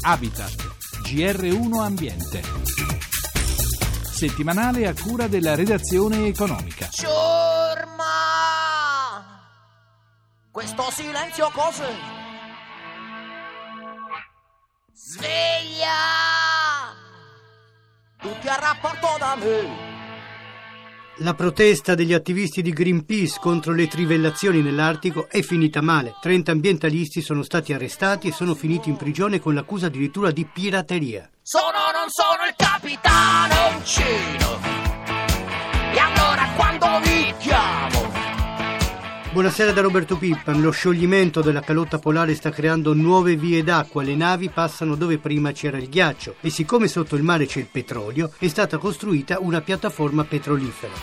Habitat, GR1 Ambiente. Settimanale a cura della redazione economica. Ciurma! Questo silenzio cos'è? Sveglia! Tutti a rapporto da me! La protesta degli attivisti di Greenpeace contro le trivellazioni nell'Artico è finita male. 30 ambientalisti sono stati arrestati e sono finiti in prigione con l'accusa addirittura di pirateria. Non sono il capitano uncino. E allora quando vi chiamo? Buonasera da Roberto Pippan. Lo scioglimento della calotta polare sta creando nuove vie d'acqua. Le navi passano dove prima c'era il ghiaccio e siccome sotto il mare c'è il petrolio, è stata costruita una piattaforma petrolifera.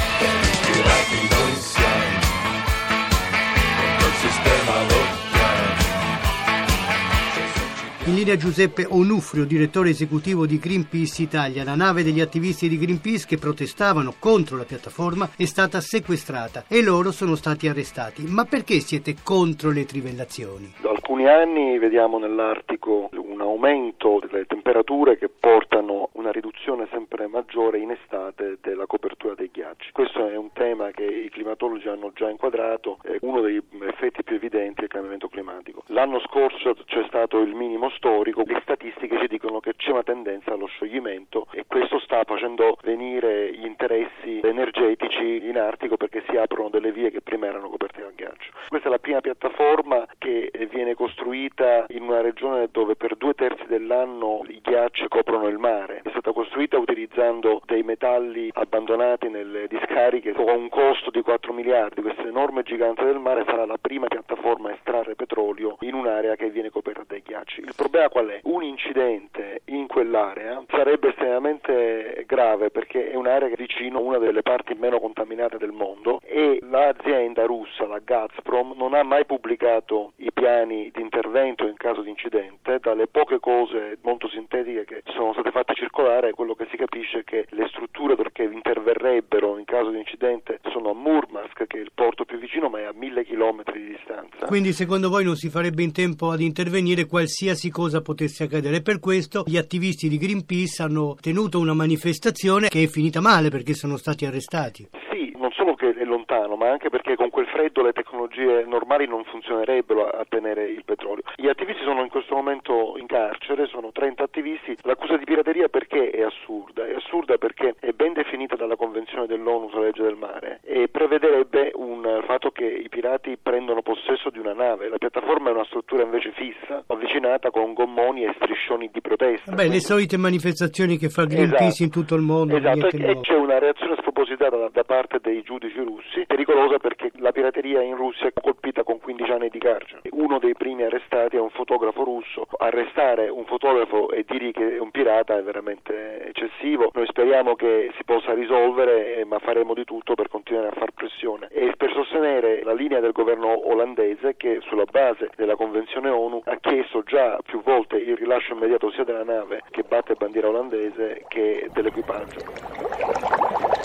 In linea Giuseppe Onufrio, direttore esecutivo di Greenpeace Italia. La nave degli attivisti di Greenpeace che protestavano contro la piattaforma è stata sequestrata e loro sono stati arrestati. Ma perché siete contro le trivellazioni? Da alcuni anni vediamo nell'Artico un aumento delle temperature che portano una riduzione sempre maggiore in estate della copertura dei ghiacci. Questo è un tema che i climatologi hanno già inquadrato, è uno degli effetti più evidenti del cambiamento climatico. L'anno scorso c'è stato il minimo storico, le statistiche ci dicono che c'è una tendenza allo scioglimento e questo sta facendo venire gli interessi energetici in Artico perché si aprono delle vie che prima erano coperte dal ghiaccio. Questa è la prima piattaforma che viene costruita in una regione dove per 2/3 dell'anno i ghiacci coprono il mare. È stata costruita utilizzando dei metalli abbandonati nelle discariche con un costo di 4 miliardi. Questa enorme gigante del mare sarà la prima piattaforma a estrarre petrolio in un'area che viene coperta dai ghiacci. Il problema qual è? Un incidente in quell'area sarebbe estremamente grave perché è un'area che è vicino a una delle parti meno contaminate del mondo e l'azienda russa, la Gazprom, non ha mai pubblicato i piani di intervento in caso di incidente. Dalle poche cose molto sintetiche che sono state fatte circolare, quello che si capisce è che le strutture che interverrebbero in caso di incidente sono a Murmansk, che è il porto più vicino, ma è a 1000 chilometri di distanza. Quindi secondo voi non si farebbe in tempo ad intervenire qualsiasi cosa potesse accadere? Per questo gli attivisti di Greenpeace hanno tenuto una manifestazione che è finita male perché sono stati arrestati. Sì, non solo che è lontano, ma anche perché con quel freddo le tecnologie normali non funzionerebbero a tenere il petrolio. Gli attivisti sono in questo momento in carcere, sono 30 attivisti. L'accusa di pirateria perché è assurda? È assurda perché è ben definita dalla Convenzione dell'ONU sulla legge del mare e prevederebbe un fatto che i pirati prendono possesso di una nave. La piattaforma è una struttura invece fissa, avvicinata con gommoni e striscioni di protesta. Le solite manifestazioni che fa Greenpeace in tutto il mondo. Esatto, e c'è una reazione spropositata da parte dei giudici russi, pericolosa perché la pirateria in Russia è colpita con 15 anni di carcere. Uno dei primi arrestati è un fotografo russo. Arrestare un fotografo e dirgli che è un pirata è veramente eccessivo. Noi speriamo che si possa risolvere, ma faremo di tutto per continuare a far pressione e per sostenere la linea del governo olandese che sulla base della Convenzione ONU ha chiesto già più volte il rilascio immediato sia della nave che batte bandiera olandese che dell'equipaggio.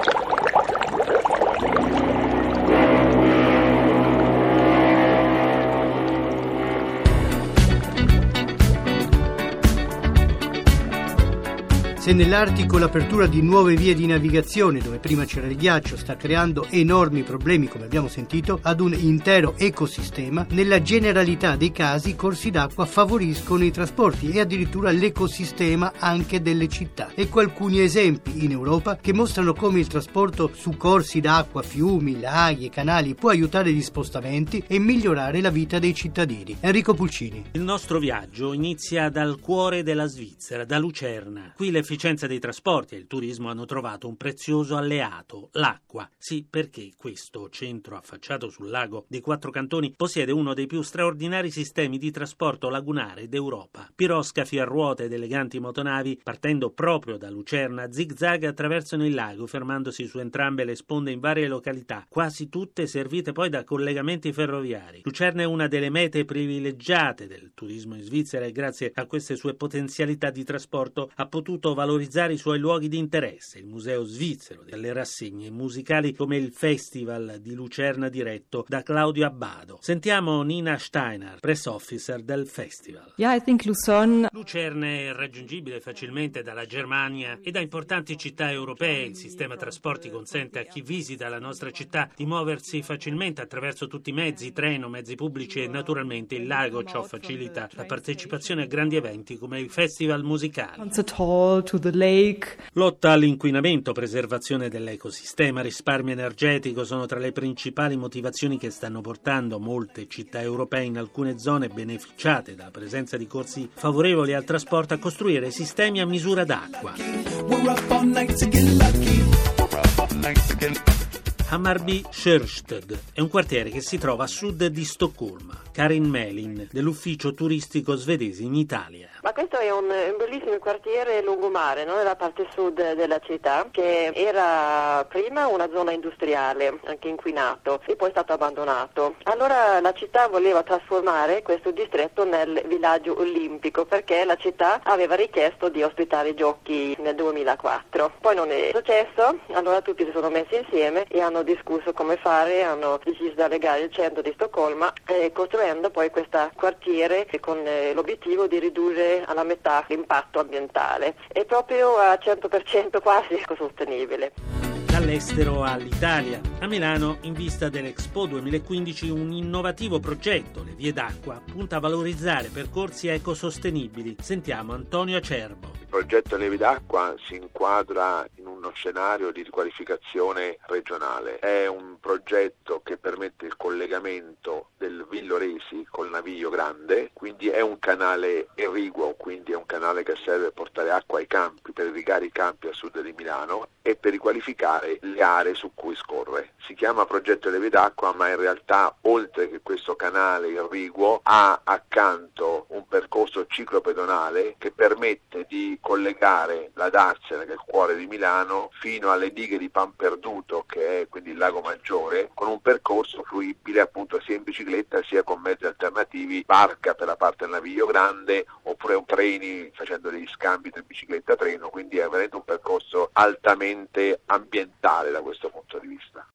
Se nell'Artico l'apertura di nuove vie di navigazione dove prima c'era il ghiaccio sta creando enormi problemi, come abbiamo sentito, ad un intero ecosistema, nella generalità dei casi i corsi d'acqua favoriscono i trasporti e addirittura l'ecosistema anche delle città. Ecco alcuni esempi in Europa che mostrano come il trasporto su corsi d'acqua, fiumi, laghi e canali può aiutare gli spostamenti e migliorare la vita dei cittadini. Enrico Pulcini. Il nostro viaggio inizia dal cuore della Svizzera, da Lucerna. Qui l'efficienza dei trasporti e il turismo hanno trovato un prezioso alleato, l'acqua. Sì, perché questo centro affacciato sul lago di 4 cantoni possiede uno dei più straordinari sistemi di trasporto lagunare d'Europa. Piroscafi a ruote ed eleganti motonavi, partendo proprio da Lucerna, zig-zag attraversano il lago, fermandosi su entrambe le sponde in varie località, quasi tutte servite poi da collegamenti ferroviari. Lucerna è una delle mete privilegiate del turismo in Svizzera e grazie a queste sue potenzialità di trasporto ha potuto valorizzare i suoi luoghi di interesse, il Museo Svizzero, delle rassegne musicali come il Festival di Lucerna diretto da Claudio Abbado. Sentiamo Nina Steiner, press officer del festival. Yeah, I think Lucerna è raggiungibile facilmente dalla Germania e da importanti città europee. Il sistema trasporti consente a chi visita la nostra città di muoversi facilmente attraverso tutti i mezzi, treno, mezzi pubblici e naturalmente il lago. Ciò facilita la partecipazione a grandi eventi come i festival musicali. Lotta all'inquinamento, preservazione dell'ecosistema, risparmio energetico sono tra le principali motivazioni che stanno portando molte città europee in alcune zone beneficiate dalla presenza di corsi favorevoli al trasporto a costruire sistemi a misura d'acqua. Hammarby Sjöstad è un quartiere che si trova a sud di Stoccolma. Karin Melin, dell'ufficio turistico svedese in Italia. Ma questo è un bellissimo quartiere lungomare, no? Nella parte sud della città, che era prima una zona industriale, anche inquinato, e poi è stato abbandonato. Allora la città voleva trasformare questo distretto nel villaggio olimpico, perché la città aveva richiesto di ospitare i giochi nel 2004. Poi non è successo, allora tutti si sono messi insieme e hanno discusso come fare, hanno deciso di allegare il centro di Stoccolma, costruendo poi questo quartiere con l'obiettivo di ridurre alla metà l'impatto ambientale. È proprio a 100% quasi ecosostenibile. Dall'estero all'Italia. A Milano, in vista dell'Expo 2015, un innovativo progetto, le vie d'acqua, punta a valorizzare percorsi ecosostenibili. Sentiamo Antonio Acerbo. Il progetto Le vie d'acqua si inquadra in uno scenario di riqualificazione regionale. È un progetto che permette il collegamento del Villoresi col Naviglio Grande, quindi è un canale irriguo, quindi è un canale che serve per portare acqua ai campi, per irrigare i campi a sud di Milano e per riqualificare le aree su cui scorre. Si chiama progetto Le vie d'acqua, ma in realtà oltre che questo canale irriguo ha accanto un percorso ciclopedonale che permette di collegare la Darsena, che è il cuore di Milano, fino alle dighe di Pamperduto, che è quindi il Lago Maggiore, con un percorso fruibile appunto sia in bicicletta sia con mezzi alternativi, barca per la parte del Naviglio Grande oppure treni facendo degli scambi tra bicicletta e treno, quindi è veramente un percorso altamente ambientale da questo punto di vista.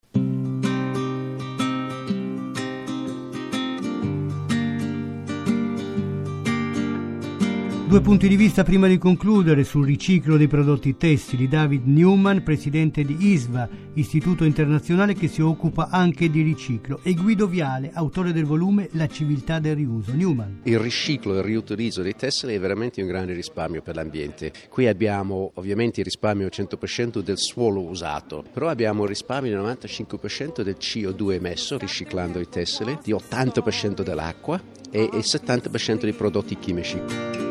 Due punti di vista prima di concludere sul riciclo dei prodotti tessili. David Newman, presidente di ISVA, Istituto Internazionale che si occupa anche di riciclo, e Guido Viale, autore del volume La civiltà del riuso. Newman. Il riciclo e il riutilizzo dei tessili è veramente un grande risparmio per l'ambiente. Qui abbiamo ovviamente il risparmio al 100% del suolo usato, però abbiamo il risparmio del 95% del CO2 emesso riciclando i tessili, di 80% dell'acqua e il 70% dei prodotti chimici.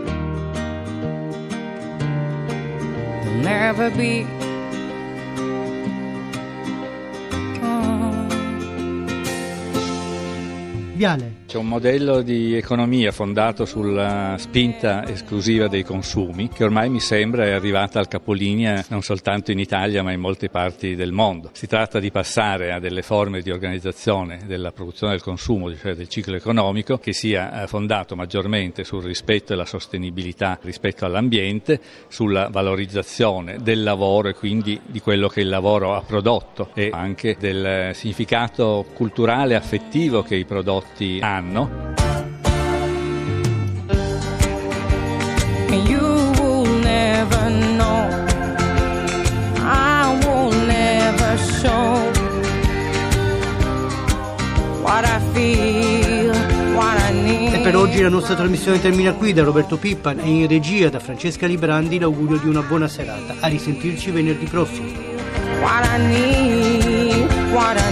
Never be Viale. C'è un modello di economia fondato sulla spinta esclusiva dei consumi che ormai mi sembra è arrivata al capolinea non soltanto in Italia ma in molte parti del mondo. Si tratta di passare a delle forme di organizzazione della produzione del consumo, cioè del ciclo economico, che sia fondato maggiormente sul rispetto e la sostenibilità rispetto all'ambiente, sulla valorizzazione del lavoro e quindi di quello che il lavoro ha prodotto e anche del significato culturale e affettivo che i prodotti hanno. you will never know. I will never show what I feel, what I need. E per oggi la nostra trasmissione termina qui. Da Roberto Pippan e in regia da Francesca Librandi l'augurio di una buona serata. A risentirci venerdì prossimo. What I need, what I